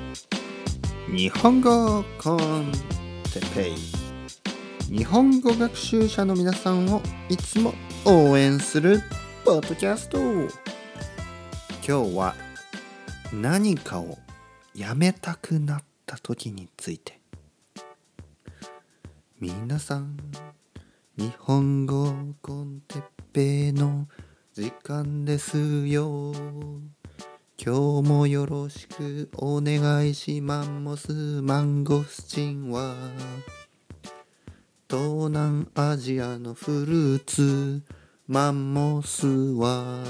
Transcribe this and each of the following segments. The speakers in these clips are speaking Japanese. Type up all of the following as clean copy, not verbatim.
日本語コンテペイ、日本語学習者の皆さんをいつも応援するポッドキャスト。今日は何かをやめたくなった時について。皆さん、日本語コンテペイの時間ですよ。今日もよろしくお願いします。マンゴスチンは東南アジアのフルーツ。マンモスは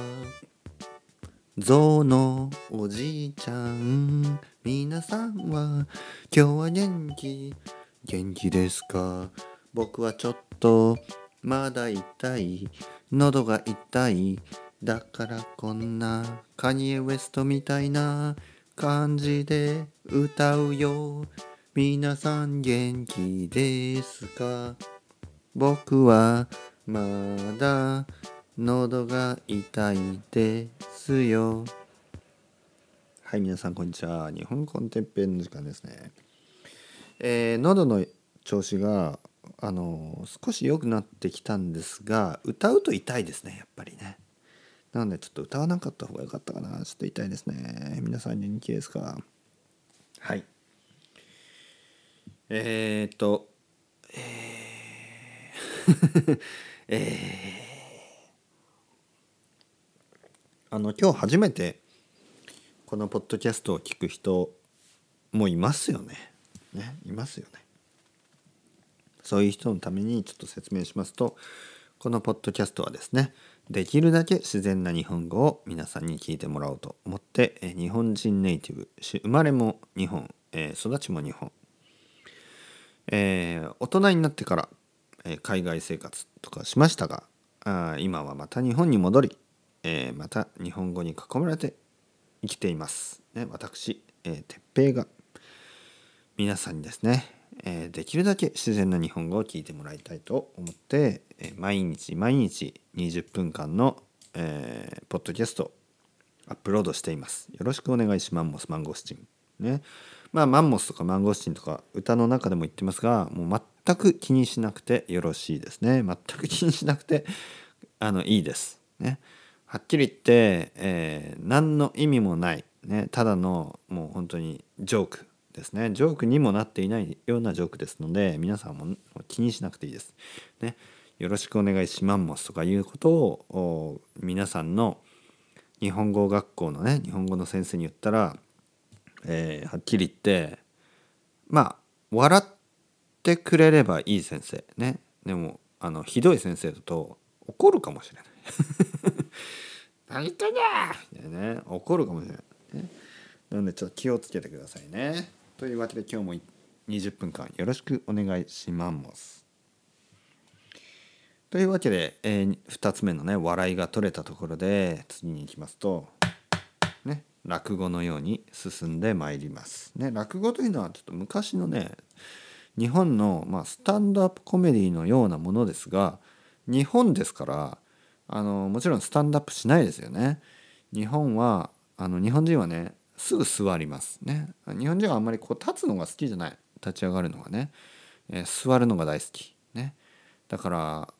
ゾウのおじいちゃん。皆さんは今日は元気ですか？僕はちょっとまだ痛い、喉が痛い。だからこんなカニエ・ウエストみたいな感じで歌うよ。皆さん元気ですか？僕はまだ喉が痛いですよ。はい、皆さんこんにちは。日本コンテッペイの時間ですね。喉の調子が少し良くなってきたんですが、歌うと痛いですね、やっぱりね。なのでちょっと歌わなかった方が良かったかな。ちょっと痛いですね。皆さん元気ですか？はい。えー、っと、今日初めてこのポッドキャストを聞く人もいますよね。いますよね。そういう人のためにちょっと説明しますと、このポッドキャストはですね、できるだけ自然な日本語を皆さんに聞いてもらおうと思って、日本人ネイティブ、生まれも日本、育ちも日本、大人になってから、海外生活とかしましたが、今はまた日本に戻り、また日本語に囲まれて生きています。私、哲平が皆さんにですね、できるだけ自然な日本語を聞いてもらいたいと思って、毎日20分間の、ポッドキャストをアップロードしています。よろしくお願いします。マンゴスチンね。マンモスとかマンゴスチンとか歌の中でも言ってますが、もう全く気にしなくてよろしいですね。全く気にしなくていいですね。はっきり言って、何の意味もない、ね、ただのもう本当にジョークですね。ジョークにもなっていないようなジョークですので、皆さんも気にしなくていいです。ね、よろしくお願いしますとかいうことを皆さんの日本語学校のね、日本語の先生に言ったら、はっきり言って笑ってくれればいい先生ね。でもひどい先生だと怒るかもしれない。何言ってんだみたいなね、怒るかもしれない、ね。なのでちょっと気をつけてくださいね。というわけで今日も20分間よろしくお願いします。というわけで、2つ目のね、笑いが取れたところで次に行きますと、ね、落語のように進んでまいります。ね、落語というのはちょっと昔のね、日本の、スタンドアップコメディのようなものですが、日本ですからもちろんスタンドアップしないですよね。日本人はね、すぐ座りますね。日本人はあんまりこう立つのが好きじゃない。立ち上がるのがね、座るのが大好きね。だから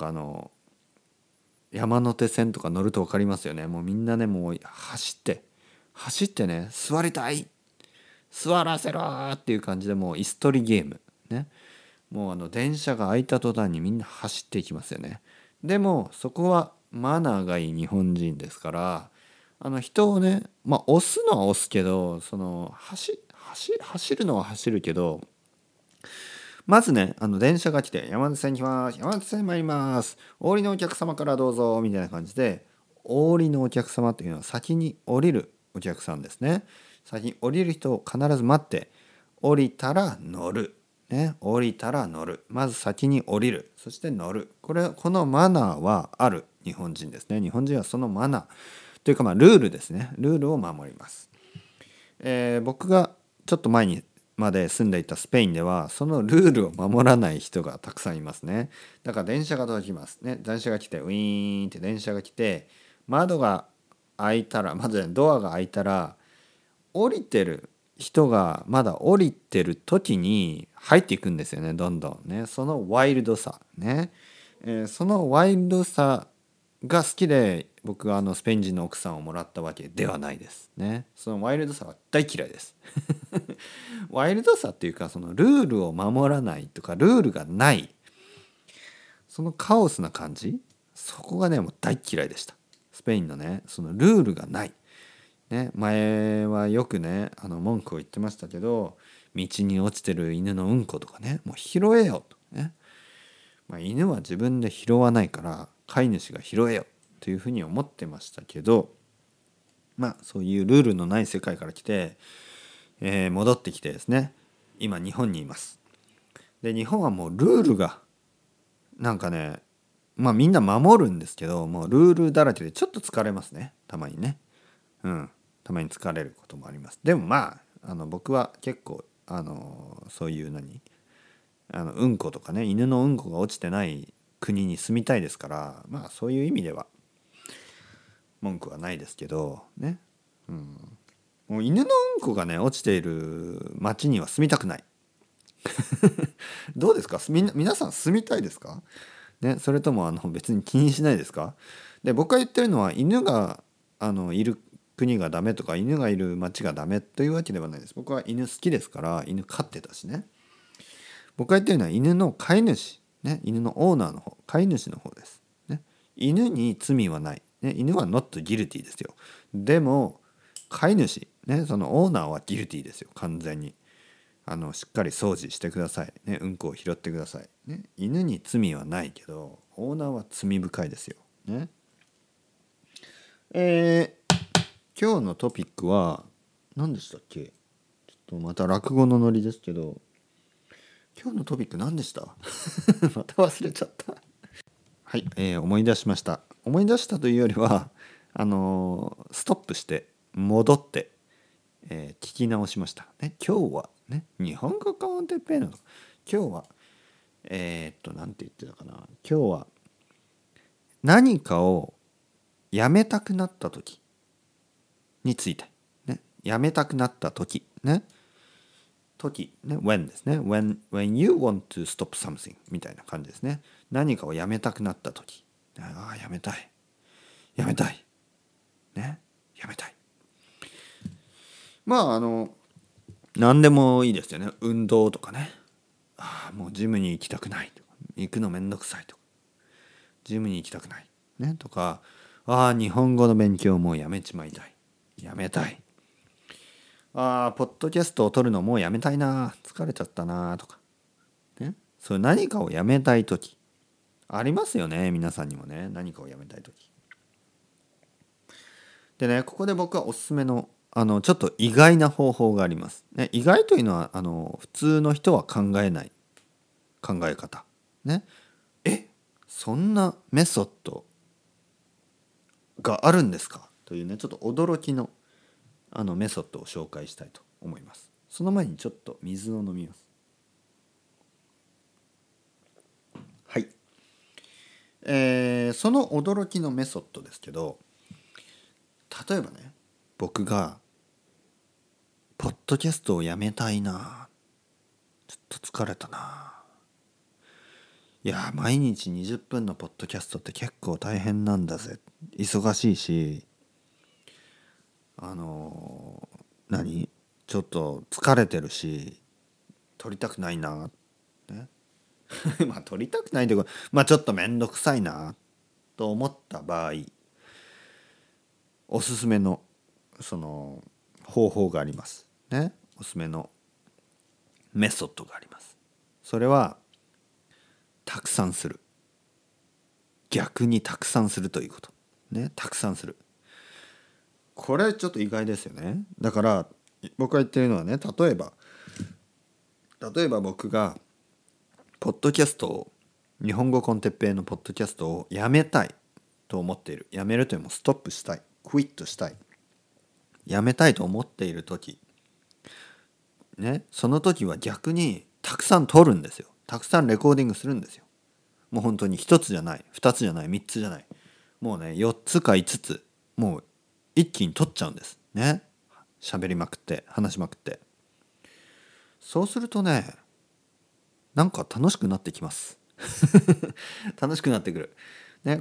山手線とか乗ると分かりますよね。もうみんなね、もう走ってね、座りたい、座らせろっていう感じで、もう椅子取りゲームね。もう電車が開いた途端にみんな走っていきますよね。でもそこはマナーがいい日本人ですから、人をね、押すのは押すけど、走るのは走るけど、まずね、電車が来て、山手線に来ます。山手線参ります。お降りのお客様からどうぞ。みたいな感じで、お降りのお客様っていうのは先に降りるお客さんですね。先に降りる人を必ず待って、降りたら乗る。ね、降りたら乗る。まず先に降りる。そして乗る。このマナーはある日本人ですね。日本人はそのマナーというか、ルールですね。ルールを守ります。僕がちょっと前にまで住んでいたスペインでは、そのルールを守らない人がたくさんいますね。だから電車が届きますね。電車が来て、ウィーンって電車が来て、窓が開いたら、まずドアが開いたら、降りてる人がまだ降りてる時に入っていくんですよね、どんどんね。そのワイルドさね、そのワイルドさが好きで僕はスペイン人の奥さんをもらったわけではないですね。そのワイルドさは大嫌いです。ワイルドさっていうか、そのルールを守らないとかルールがないそのカオスな感じ、そこがねもう大嫌いでした。スペインのねそのルールがないね、前はよくね文句を言ってましたけど、道に落ちてる犬のうんことかね、もう拾えよとね、犬は自分で拾わないから飼い主が拾えよというふうに思ってましたけど、そういうルールのない世界から来て、戻ってきてですね、今日本にいます。で日本はもうルールがなんかね、みんな守るんですけど、もうルールだらけでちょっと疲れますね、たまにね。たまに疲れることもあります。でも僕は結構そういううんことかね、犬のうんこが落ちてない国に住みたいですから、そういう意味では文句はないですけどね。もう犬のうんこがね落ちている町には住みたくない。どうですか、皆さん住みたいですかね、それとも別に気にしないですか。で僕が言ってるのは犬がいる国がダメとか犬がいる町がダメというわけではないです。僕は犬好きですから、犬飼ってたしね。僕が言ってるのは犬の飼い主、ね、犬のオーナーの方、飼い主の方です、ね。犬に罪はない、ね、犬は not guilty ですよ。でも飼い主、ね、そのオーナーは guilty ですよ、完全に。しっかり掃除してください、ね、うんこを拾ってください、ね。犬に罪はないけどオーナーは罪深いですよ、ね。今日のトピックは何でしたっけ。ちょっとまた落語のノリですけど、今日のトピック何でしたまた忘れちゃった。はい、思い出しました。思い出したというよりはストップして戻って、聞き直しました、ね。今日はね、日本語コンテッペイの今日はなんて言ってたかな。今日は何かをやめたくなった時について、ね、やめたくなった時ね、when ですね。when you want to stop something みたいな感じですね。何かをやめたくなった時、やめたいね、やめたい。何でもいいですよね。運動とかね。もうジムに行きたくないとか、行くのめんどくさいとか、ジムに行きたくないねとか、日本語の勉強もうやめちまいたい、やめたい、ポッドキャストを撮るのもうやめたいな、疲れちゃったなとかね。そういう何かをやめたい時ありますよね、皆さんにもね。何かをやめたい時でね、ここで僕はおすすめのちょっと意外な方法があります、ね。意外というのは普通の人は考えない考え方ね。そんなメソッドがあるんですかというね、ちょっと驚きのメソッドを紹介したいと思います。その前にちょっと水を飲みます。はい、その驚きのメソッドですけど、例えばね、僕がポッドキャストをやめたいな、ちょっと疲れたな、いや毎日20分のポッドキャストって結構大変なんだぜ、忙しいしちょっと疲れてるし撮りたくないな、ね。撮りたくないというか、ちょっとめんどくさいなと思った場合、おすすめのその方法がありますね。おすすめのメソッドがあります。それはたくさんする。逆にたくさんするということね。たくさんする。これちょっと意外ですよね。だから僕が言ってるのはね、例えば僕がポッドキャストを、日本語コンテッペイのポッドキャストをやめたいと思っている。やめるというのもストップしたい。クイットしたい。やめたいと思っている時ね、その時は逆にたくさん撮るんですよ。たくさんレコーディングするんですよ。もう本当に1つじゃない、2つじゃない、3つじゃない。もうね、4つか5つ、もう一気に撮っちゃうんですね。喋りまくって、話しまくって。 そうするとね、なんか楽しくなってきます楽しくなってくる、ね、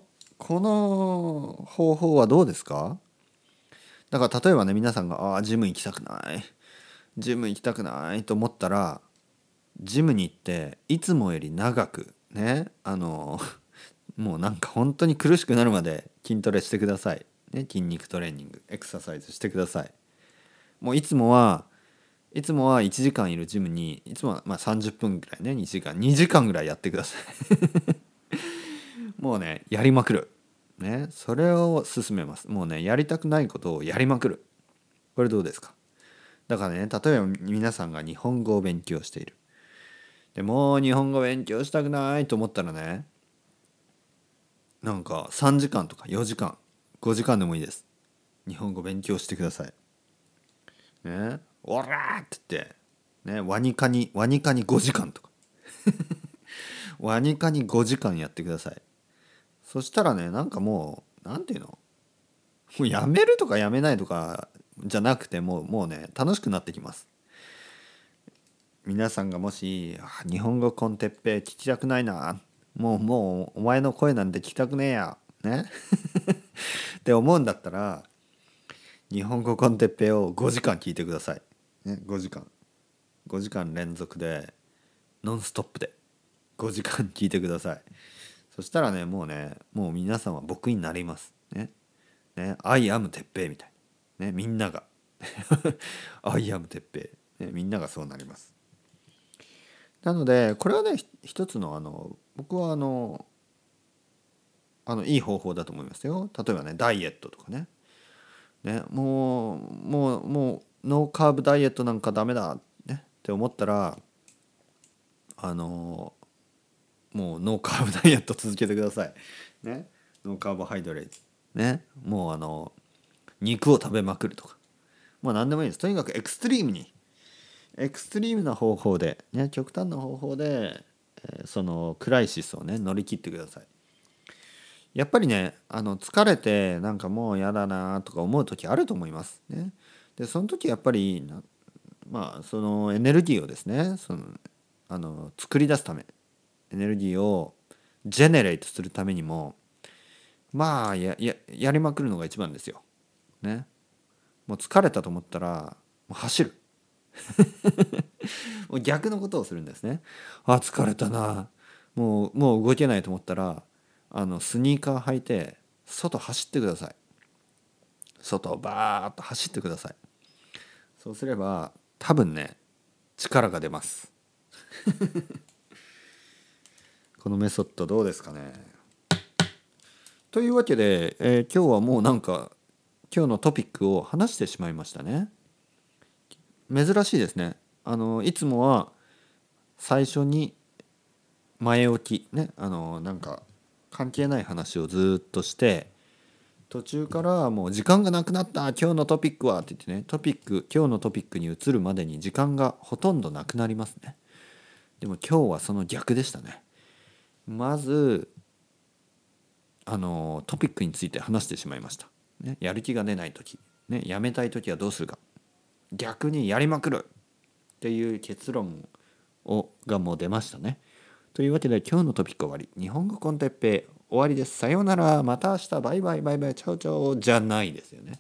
この方法はどうですか？だから例えばね、皆さんがジム行きたくない、ジム行きたくないと思ったら、ジムに行っていつもより長くね、もうなんか本当に苦しくなるまで筋トレしてください、ね、筋肉トレーニングエクササイズしてください。もういつもは1時間いるジムに、いつもはまあ30分ぐらいね、2時間ぐらいやってくださいもうね、やりまくる、ね、それを勧めます。もうね、やりたくないことをやりまくる。これどうですか？だからね、例えば皆さんが日本語を勉強している。でもう日本語勉強したくないと思ったらね、なんか3時間とか4時間5時間でもいいです。日本語勉強してください。ね、オラーって言って、ね、ワニカに5時間とかワニカに5時間やってください。そしたらね、なんかもうなんていうの、もうやめるとかやめないとかじゃなくて、もうね、楽しくなってきます。皆さんがもし日本語コンテッペ聞きたくないな、もうお前の声なんて聞きたくねえやねって思うんだったら、日本語コンテッペを5時間聞いてください、ね、5時間連続でノンストップで5時間聞いてください。そしたらね、もう皆さんは僕になりますね。I am てっぺいみたいな、ね、みんながI am てっぺい、ね、みんながそうなります。なのでこれはね、一つの僕はいい方法だと思いますよ。例えばね、ダイエットとかね、もうノーカーブダイエットなんかダメだ、ね、って思ったら、もうノーカーブダイエット続けてください。ね、ノーカーボハイドレート。ね、もう肉を食べまくるとか。まあ何でもいいです。とにかくエクストリームな方法で、ね、極端な方法で、そのクライシスをね、乗り切ってください。やっぱりね、疲れてなんかもうやだなとか思う時あると思いますね。で、その時やっぱりまあそのエネルギーをですね、作り出すため、エネルギーをジェネレートするためにも、まあやりまくるのが一番ですよ。ね。もう疲れたと思ったらもう走る。もう逆のことをするんですね。疲れたな。もう動けないと思ったら、スニーカー履いて外走ってください。外をバーッと走ってください。そうすれば多分ね、力が出ます。このメソッドどうですかね。というわけで、今日はもうなんか今日のトピックを話してしまいましたね。珍しいですね。いつもは最初に前置きね、なんか関係ない話をずっとして、途中からもう時間がなくなった今日のトピックはって言ってね、今日のトピックに移るまでに時間がほとんどなくなりますね。でも今日はその逆でしたね。まずトピックについて話してしまいました、ね、やる気が出ない時、ね、やめたい時はどうするか、逆にやりまくるっていう結論がもう出ましたね。というわけで今日のトピック終わり。日本語コンテッペイ終わりです。さようなら、また明日、バイバイバイバイ、チャオチャオじゃないですよね。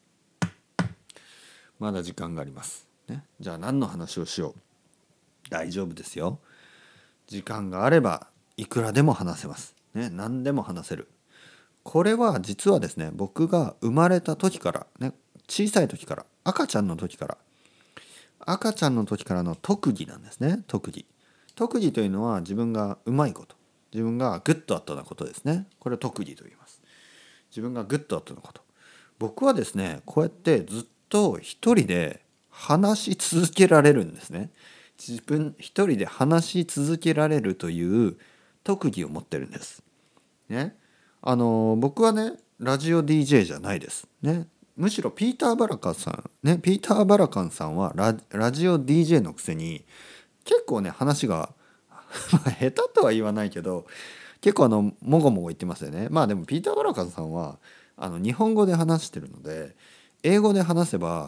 まだ時間があります、ね、じゃあ何の話をしよう。大丈夫ですよ。時間があればいくらでも話せます、ね、何でも話せる。これは実はですね、僕が生まれた時から、ね、小さい時から、赤ちゃんの時からの特技なんですね。特技というのは自分がうまいこと、自分がグッドアットなことですね。これを特技と言います。自分がグッドアットなこと。僕はですね、こうやってずっと一人で話し続けられるんですね。自分一人で話し続けられるという特技を持ってるんです。ね。僕はね、ラジオ DJ じゃないです。ね。むしろピーター・バラカンさん、ね、ピーター・バラカンさんはラジオ DJ のくせに結構ね、話が下手とは言わないけど、結構もごもご言ってますよね。まあでもピーター・バラカンさんは日本語で話してるので、英語で話せば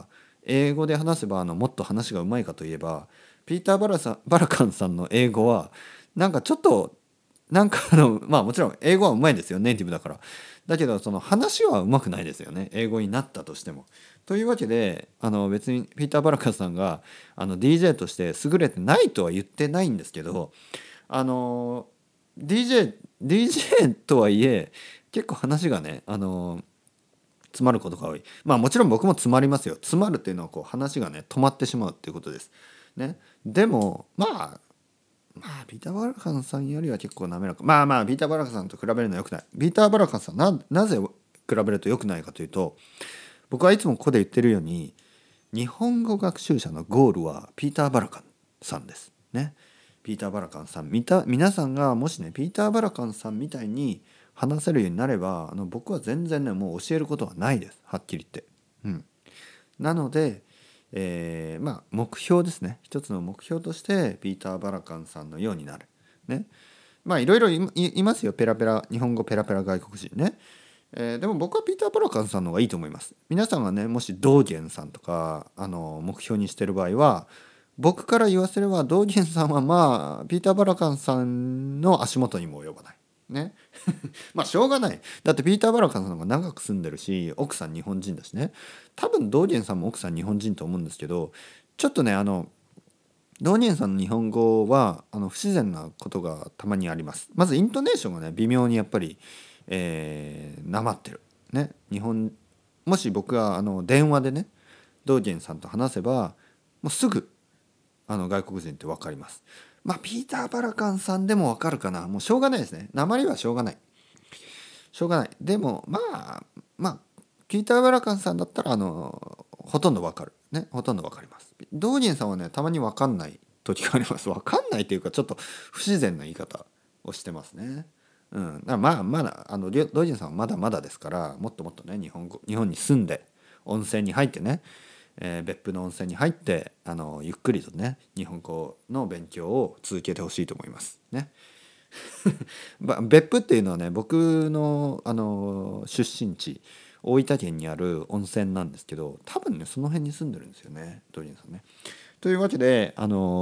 英語で話せばもっと話がうまいかといえば、ピーター・バラカンさんの英語はなんかちょっとなんかまあもちろん英語はうまいですよ、ネイティブだから。だけどその話はうまくないですよね、英語になったとしても。というわけで別にピーター・バラカンさんがDJ として優れてないとは言ってないんですけど、DJ とはいえ結構話がね詰まることが多い。まあもちろん僕も詰まりますよ。詰まるっていうのは話がね止まってしまうっていうことです。ね。でもピーター・バラカンさんよりは結構滑らか。ピーター・バラカンさんと比べるのは良くない。ピーター・バラカンさんなぜ比べると良くないかというと、僕はいつもここで言ってるように日本語学習者のゴールはピーター・バラカンさんですね。ピーター・バラカンさん皆さんがもしねピーター・バラカンさんみたいに話せるようになれば僕は全然ねもう教えることはないです、はっきり言って。なので、目標ですね。一つの目標としてピーター・バラカンさんのようになるね。いろいろいますよ、ペラペラ日本語ペラペラ外国人ね。でも僕はピーター・バラカンさんの方がいいと思います。皆さんがねもし道元さんとか目標にしてる場合は、僕から言わせれば道元さんはピーター・バラカンさんの足元にも及ばないね。しょうがない。だってピーター・バラカンさんが長く住んでるし、奥さん日本人だしね。多分道元さんも奥さん日本人と思うんですけど、ちょっとね道元さんの日本語は不自然なことがたまにあります。まずイントネーションがね微妙にやっぱりなまってるね。もし僕が電話でね道元さんと話せばもうすぐ外国人って分かります。ピーター・バラカンさんでも分かるかな。もうしょうがないですね。訛りはしょうがない。しょうがない。でもピーター・バラカンさんだったらほとんど分かるね。ほとんど分かります。道元さんはねたまに分かんない時があります。分かんないというかちょっと不自然な言い方をしてますね。だからまだ道元さんはまだまだですから、もっともっとね日本に住んで温泉に入ってね、別府の温泉に入ってゆっくりとね日本語の勉強を続けてほしいと思いますね。別府っていうのはね僕の出身地大分県にある温泉なんですけど、多分ねその辺に住んでるんですよね、道元さんね。というわけで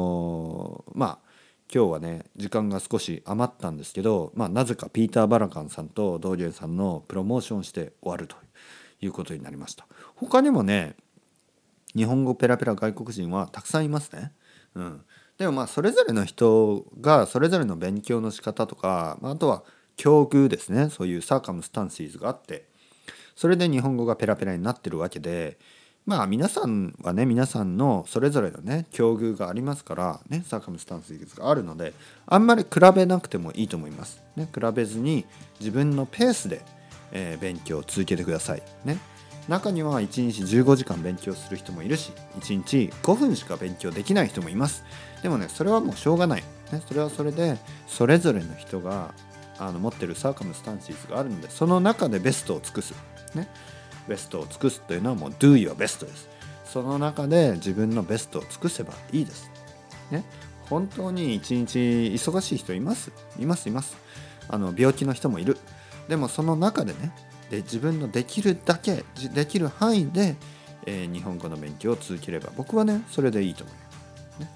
今日はね時間が少し余ったんですけど、なぜかピーター・バラカンさんと道元さんのプロモーションして終わるということになりました。他にもね日本語ペラペラ外国人はたくさんいますね。でもそれぞれの人がそれぞれの勉強の仕方とか、あとは境遇ですね、そういうサーカムスタンシーズがあって、それで日本語がペラペラになってるわけで、皆さんはね皆さんのそれぞれのね境遇がありますからね、サーカムスタンシーズがあるのであんまり比べなくてもいいと思いますね。比べずに自分のペースで、勉強を続けてくださいね。中には1日15時間勉強する人もいるし、1日5分しか勉強できない人もいます。でもねそれはもうしょうがない、ね、それはそれでそれぞれの人が持ってるサーカムスタンシーズがあるので、その中でベストを尽くすね。ベストを尽くすというのはもう Do your best です。その中で自分のベストを尽くせばいいですね。本当に一日忙しい人います病気の人もいる。でもその中でね自分のできるだけできる範囲で、日本語の勉強を続ければ僕はねそれでいいと思いますね。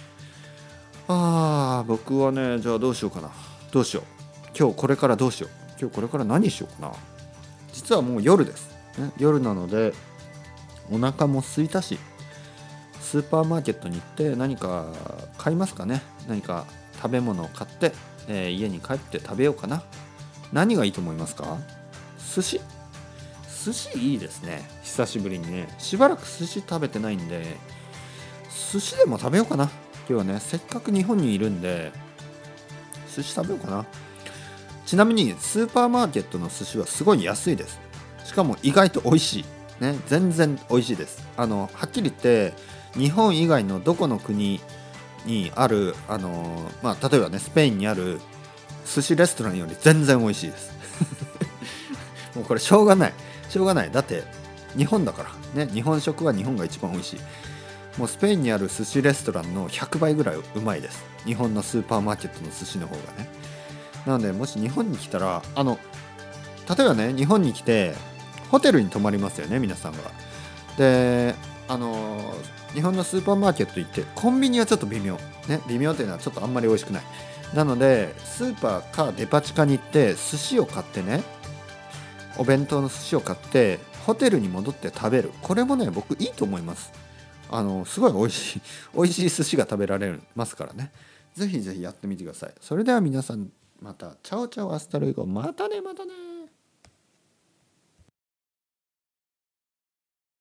僕はねじゃあどうしようかな。今日これからどうしよう。今日これから何しようかな。実はもう夜です、ね、夜なのでお腹も空いたし、スーパーマーケットに行って何か買いますかね。何か食べ物を買って、家に帰って食べようかな。何がいいと思いますか？寿司いいですね。久しぶりにねしばらく寿司食べてないんで、寿司でも食べようかな。今日はねせっかく日本にいるんで寿司食べようかな。ちなみにスーパーマーケットの寿司はすごい安いです。しかも意外と美味しいね。全然美味しいです。はっきり言って日本以外のどこの国にある例えばねスペインにある寿司レストランより全然美味しいですもうこれしょうがないだって日本だからね。日本食は日本が一番美味しい。もうスペインにある寿司レストランの100倍ぐらいうまいです。日本のスーパーマーケットの寿司の方がね。なのでもし日本に来たら例えばね日本に来てホテルに泊まりますよね皆さんが。で日本のスーパーマーケット行ってコンビニはちょっと微妙ね、微妙というのはちょっとあんまり美味しくない。なのでスーパーかデパ地下に行って寿司を買ってね、お弁当の寿司を買ってホテルに戻って食べる。これもね僕いいと思います。すごい美味しい美味しい寿司が食べられますからね。ぜひぜひやってみてください。それでは皆さんまたチャオチャオアスタルイゴ、またねまたね。